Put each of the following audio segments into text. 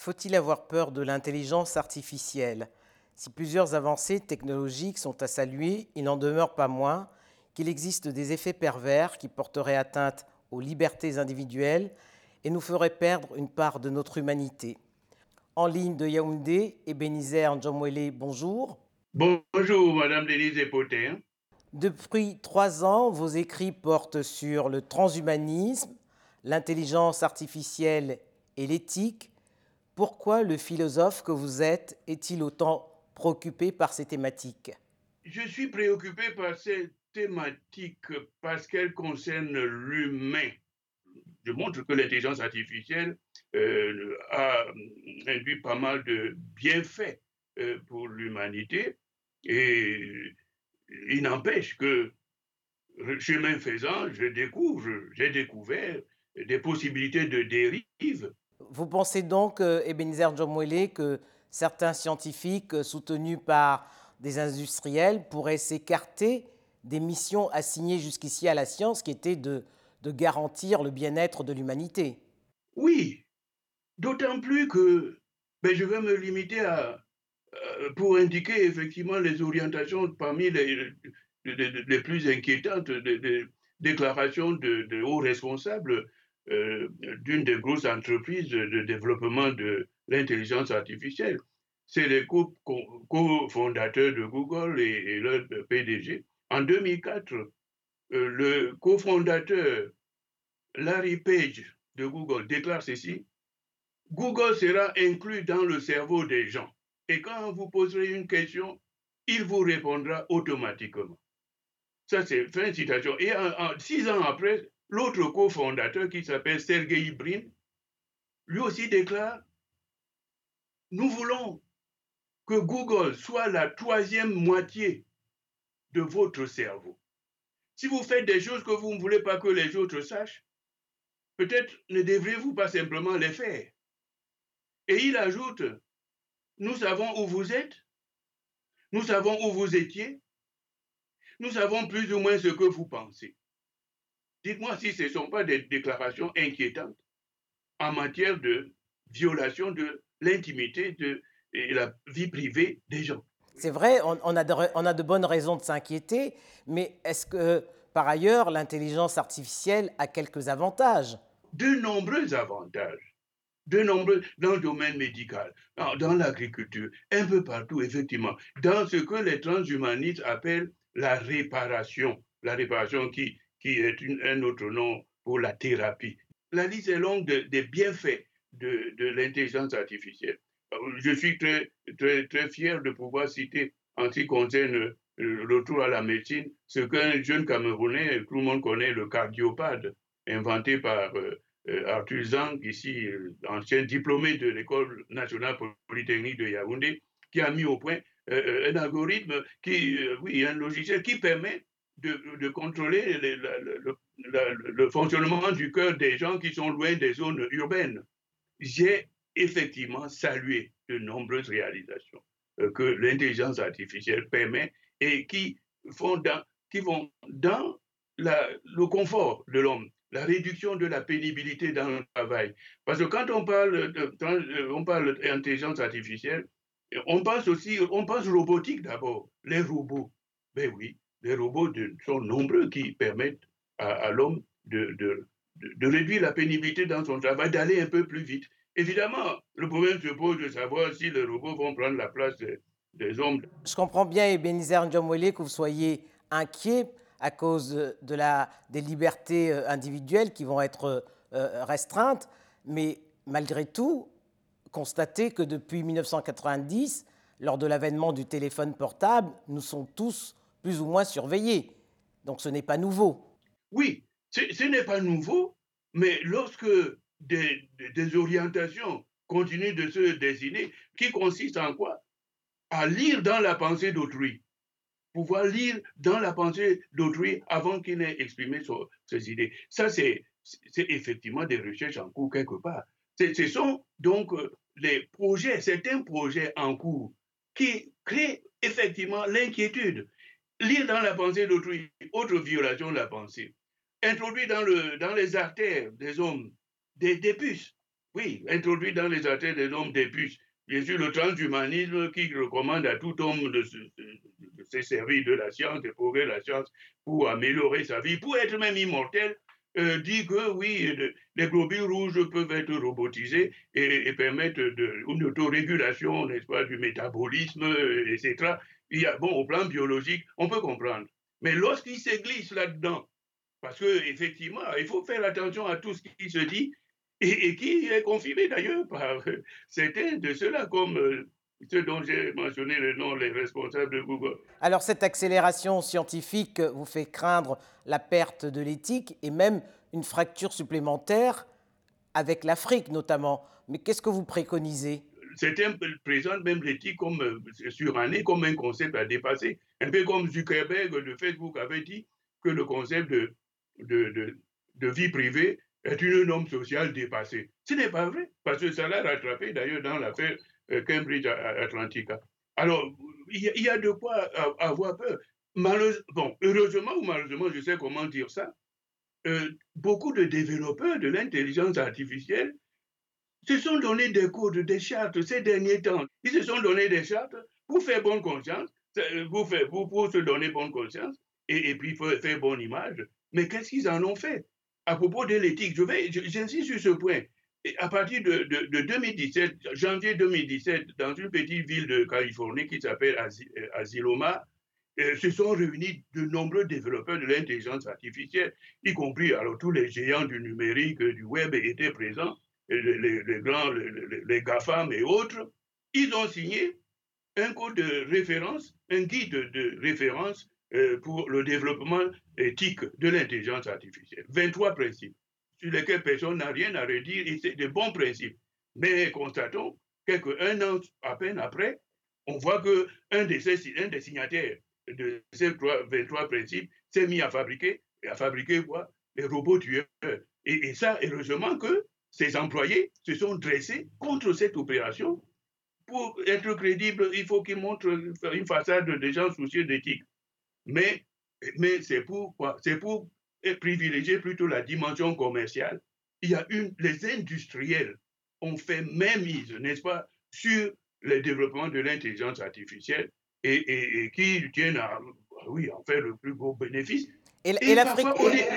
Faut-il avoir peur de l'intelligence artificielle? Si plusieurs avancées technologiques sont à saluer, il n'en demeure pas moins qu'il existe des effets pervers qui porteraient atteinte aux libertés individuelles et nous feraient perdre une part de notre humanité. En ligne de Yaoundé, Ebenezer Njomwele, bonjour. Bonjour, Madame Denise Potin. Depuis 3 ans, vos écrits portent sur le transhumanisme, l'intelligence artificielle et l'éthique. Pourquoi le philosophe que vous êtes est-il autant préoccupé par ces thématiques? Je suis préoccupé par ces thématiques parce qu'elles concernent l'humain. Je montre que l'intelligence artificielle a induit pas mal de bienfaits pour l'humanité et il n'empêche que, chemin faisant, j'ai découvert des possibilités de dérive. Vous pensez donc, Ebenezer Njomwele, que certains scientifiques soutenus par des industriels pourraient s'écarter des missions assignées jusqu'ici à la science, qui étaient de garantir le bien-être de l'humanité? Oui, d'autant plus que je vais me limiter pour indiquer effectivement les orientations parmi les plus inquiétantes des déclarations de hauts responsables d'une des grosses entreprises de développement de l'intelligence artificielle. C'est les cofondateurs de Google et leur PDG. En 2004, le cofondateur Larry Page de Google déclare ceci: Google sera inclus dans le cerveau des gens. Et quand vous poserez une question, il vous répondra automatiquement. Ça, c'est fin de citation. Et 6 ans après, l'autre cofondateur qui s'appelle Sergey Brin, lui aussi déclare: nous voulons que Google soit la troisième moitié de votre cerveau. Si vous faites des choses que vous ne voulez pas que les autres sachent, peut-être ne devriez-vous pas simplement les faire. Et il ajoute: nous savons où vous êtes, nous savons où vous étiez, nous savons plus ou moins ce que vous pensez. Dites-moi si ce ne sont pas des déclarations inquiétantes en matière de violation de l'intimité et la vie privée des gens. C'est vrai, on a de bonnes raisons de s'inquiéter, mais est-ce que, par ailleurs, l'intelligence artificielle a quelques avantages? De nombreux avantages, de nombreux dans le domaine médical, dans l'agriculture, un peu partout, effectivement, dans ce que les transhumanistes appellent la réparation qui est un autre nom pour la thérapie. La liste est longue des bienfaits de l'intelligence artificielle. Je suis très fier de pouvoir citer, en ce qui concerne le retour à la médecine, ce qu'un jeune Camerounais, tout le monde connaît le cardiopade, inventé par Arthur Zang, ici, ancien diplômé de l'École nationale polytechnique de Yaoundé, qui a mis au point un algorithme oui, un logiciel qui permet de contrôler le fonctionnement du cœur des gens qui sont loin des zones urbaines. J'ai effectivement salué de nombreuses réalisations que l'intelligence artificielle permet et qui vont dans le confort de l'homme, la réduction de la pénibilité dans le travail. Parce que quand on parle d'intelligence artificielle, on pense robotique d'abord, les robots. Ben oui, les robots sont nombreux qui permettent à l'homme de réduire la pénibilité dans son travail, d'aller un peu plus vite. Évidemment, le problème se pose de savoir si les robots vont prendre la place des hommes. Je comprends bien, Ebenezer Njomwele, que vous soyez inquiet à cause des libertés individuelles qui vont être restreintes, mais malgré tout, constatez que depuis 1990, lors de l'avènement du téléphone portable, nous sommes tous plus ou moins surveillés. Donc ce n'est pas nouveau. Oui, ce n'est pas nouveau, mais lorsque des orientations continuent de se dessiner, qui consistent en quoi? À lire dans la pensée d'autrui, pouvoir lire dans la pensée d'autrui avant qu'il n'ait exprimé ses idées. Ça, c'est effectivement des recherches en cours quelque part. Ce sont donc certains projets en cours qui créent effectivement l'inquiétude. Lire dans la pensée d'autrui, autre violation de la pensée. Introduire dans les artères des hommes des puces. oui, introduit dans les artères des hommes des puces. Bien sûr, le transhumanisme qui recommande à tout homme de se servir de la science, de progrès de la science pour améliorer sa vie, pour être même immortel, dit que oui, les globules rouges peuvent être robotisés et permettre une autorégulation, n'est-ce pas, du métabolisme, etc. Il y a, bon, au plan biologique, on peut comprendre. Mais lorsqu'il se glisse là-dedans, parce qu'effectivement, il faut faire attention à tout ce qui se dit et qui est confirmé d'ailleurs par certains de ceux-là, comme ceux dont j'ai mentionné le nom, les responsables de Google. Alors cette accélération scientifique vous fait craindre la perte de l'éthique et même une fracture supplémentaire avec l'Afrique notamment. Mais qu'est-ce que vous préconisez? Certains présentent même l'éthique comme surannée, comme un concept à dépasser. Un peu comme Zuckerberg de Facebook avait dit que le concept de, de, de vie privée est une norme sociale dépassée. Ce n'est pas vrai, parce que ça l'a rattrapé d'ailleurs dans l'affaire Cambridge Atlantica. Alors, il y a de quoi avoir peur. Bon, heureusement ou malheureusement, je sais comment dire ça, beaucoup de développeurs de l'intelligence artificielle se sont donné des codes, des chartes ces derniers temps. Ils se sont donné des chartes pour faire bonne conscience, pour se donner bonne conscience et puis faire bonne image. Mais qu'est-ce qu'ils en ont fait? À propos de l'éthique, j'insiste sur ce point. Et à partir de 2017, janvier 2017, dans une petite ville de Californie qui s'appelle Asiloma, se sont réunis de nombreux développeurs de l'intelligence artificielle, y compris alors tous les géants du numérique, du web étaient présents, les grands, les GAFAM et autres. Ils ont signé un code de référence, un guide de référence pour le développement éthique de l'intelligence artificielle. 23 principes sur lesquels personne n'a rien à redire et c'est de bons principes. Mais constatons qu'un an à peine après, on voit qu'un des signataires de ces 23 principes s'est mis à fabriquer quoi? Les robots tueurs. Et ça, heureusement que ses employés se sont dressés contre cette opération. Pour être crédible, il faut qu'ils montrent une façade de gens soucieux d'éthique. Mais, mais c'est pour quoi? C'est pour privilégier plutôt la dimension commerciale. Les industriels ont fait mainmise, n'est-ce pas, sur le développement de l'intelligence artificielle et qui tiennent à, oui, en faire le plus beau bénéfice. Et Parfois,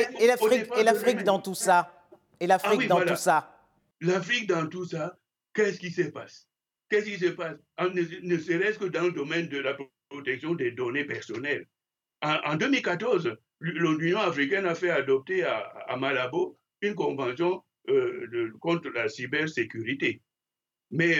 et l'Afrique dans tout ça? Et ah l'Afrique oui, dans tout voilà. ça? L'Afrique dans tout ça, qu'est-ce qui se passe? Qu'est-ce qui se passe? Ne serait-ce que dans le domaine de la protection des données personnelles. En 2014, l'Union africaine a fait adopter à Malabo une convention contre la cybersécurité. Mais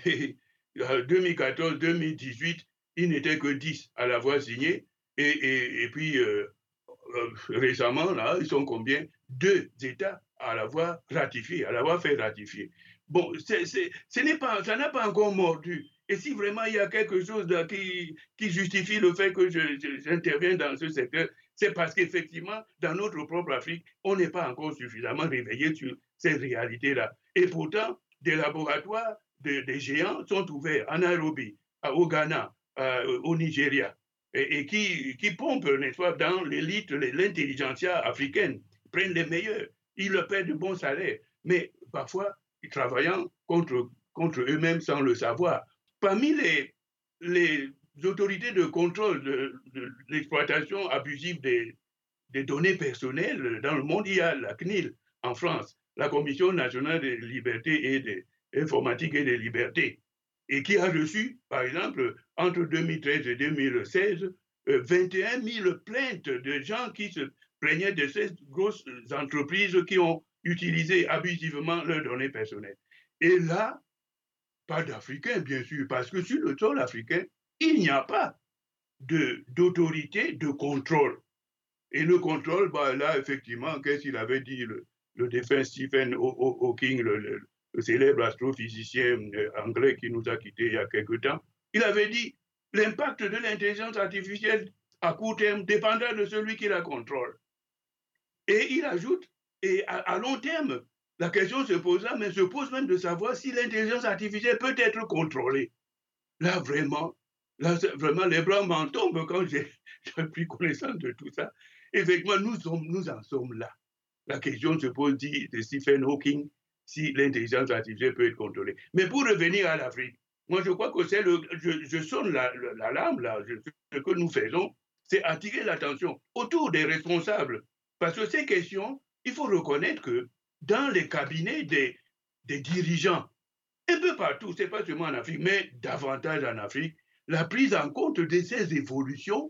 2014-2018, il n'était que 10 à l'avoir signé. Et puis, récemment, là, ils sont combien? 2 États à l'avoir ratifié, à l'avoir fait ratifier. Bon, ça n'a pas encore mordu. Et si vraiment il y a quelque chose là qui justifie le fait que j'interviens dans ce secteur, c'est parce qu'effectivement, dans notre propre Afrique, on n'est pas encore suffisamment réveillé sur ces réalités-là. Et pourtant, des laboratoires des géants sont ouverts en Nairobi, au Ghana, au Nigeria, et qui pompent, n'est-ce pas, dans l'élite, l'intelligentsia africaine, prennent les meilleurs, ils leur paient de bons salaires, mais parfois, ils travaillant contre eux-mêmes sans le savoir. Parmi les autorités de contrôle de l'exploitation abusive des données personnelles dans le monde, il y a la CNIL en France, la Commission nationale des libertés et des informatiques et des libertés, et qui a reçu, par exemple, entre 2013 et 2016, 21 000 plaintes de gens qui se plaignaient de ces grosses entreprises qui ont utilisé abusivement leurs données personnelles. Et là, pas d'Africains, bien sûr, parce que sur le sol africain, il n'y a pas d'autorité de contrôle. Et le contrôle, bah, là, effectivement, qu'est-ce qu'il avait dit, le défunt Stephen Hawking, le célèbre astrophysicien anglais qui nous a quittés il y a quelque temps? Il avait dit l'impact de l'intelligence artificielle à court terme dépendra de celui qui la contrôle. Et il ajoute, et à long terme, la question se posera, mais se pose même de savoir si l'intelligence artificielle peut être contrôlée. Là, vraiment, les bras m'en tombent quand j'ai pris connaissance de tout ça. Effectivement, nous en sommes là. La question se pose, dit de Stephen Hawking, si l'intelligence artificielle peut être contrôlée. Mais pour revenir à l'Afrique, moi je crois que c'est je sonne l'alarme là, ce que nous faisons, c'est attirer l'attention autour des responsables. Parce que ces questions, il faut reconnaître que dans les cabinets des dirigeants, un peu partout, c'est pas seulement en Afrique, mais davantage en Afrique, la prise en compte de ces évolutions,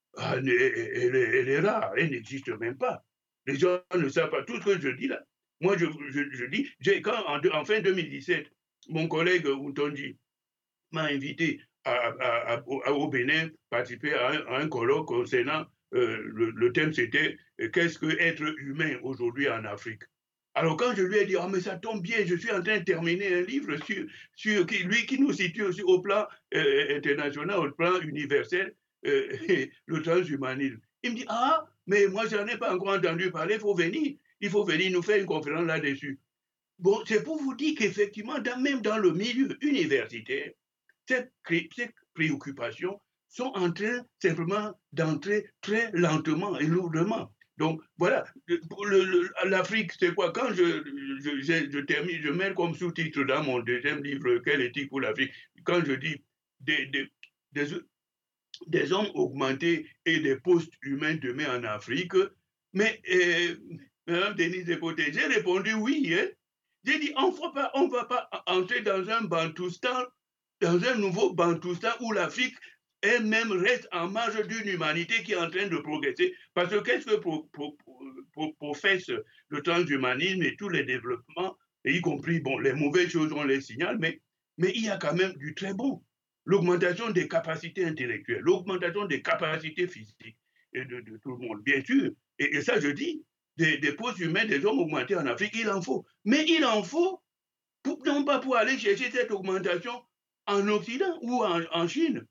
elle est rare, elle n'existe même pas. Les gens ne savent pas tout ce que je dis là. Moi, je dis, quand en fin 2017, mon collègue Outondi m'a invité au Bénin, participer à un colloque concernant, le thème c'était qu'est-ce que être humain aujourd'hui en Afrique. Alors quand je lui ai dit, ah mais ça tombe bien, je suis en train de terminer un livre lui qui nous situe aussi au plan international, au plan universel, le transhumanisme. Il me dit, ah, mais moi j'en ai pas encore entendu parler, il faut venir nous faire une conférence là-dessus. Bon, c'est pour vous dire qu'effectivement, même dans le milieu universitaire, ces préoccupations sont en train simplement d'entrer très lentement et lourdement. Donc voilà, l'Afrique, c'est quoi? Quand je termine, je mets comme sous-titre dans mon deuxième livre, Quelle éthique pour l'Afrique, quand je dis des, des, des, des hommes augmentés et des postes humains demain en Afrique, mais Mme Denise Epoté, j'ai répondu oui. Hein. J'ai dit, on va pas entrer dans un Bantoustan, dans un nouveau Bantoustan où l'Afrique elle-même reste en marge d'une humanité qui est en train de progresser. Parce que qu'est-ce que professe le transhumanisme et tous les développements, et y compris bon, les mauvaises choses, on les signale, mais il y a quand même du très bon. L'augmentation des capacités intellectuelles, l'augmentation des capacités physiques et de tout le monde, bien sûr. Et ça, je dis, des postes humains, des hommes augmentés en Afrique, il en faut. Mais il en faut non pas pour aller chercher cette augmentation en Occident ou en Chine.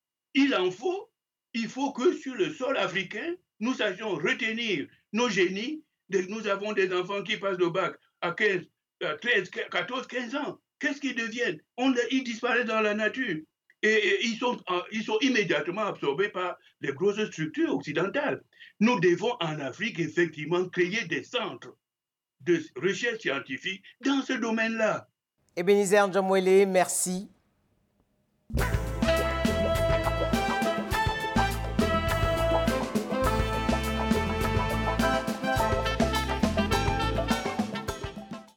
Il faut que sur le sol africain, nous sachions retenir nos génies. Nous avons des enfants qui passent le bac à 15, 13, 14, 15 ans. Qu'est-ce qu'ils deviennent? Ils disparaissent dans la nature. Et ils sont immédiatement absorbés par les grosses structures occidentales. Nous devons en Afrique effectivement créer des centres de recherche scientifique dans ce domaine-là. Ebenezer Njomwele, merci.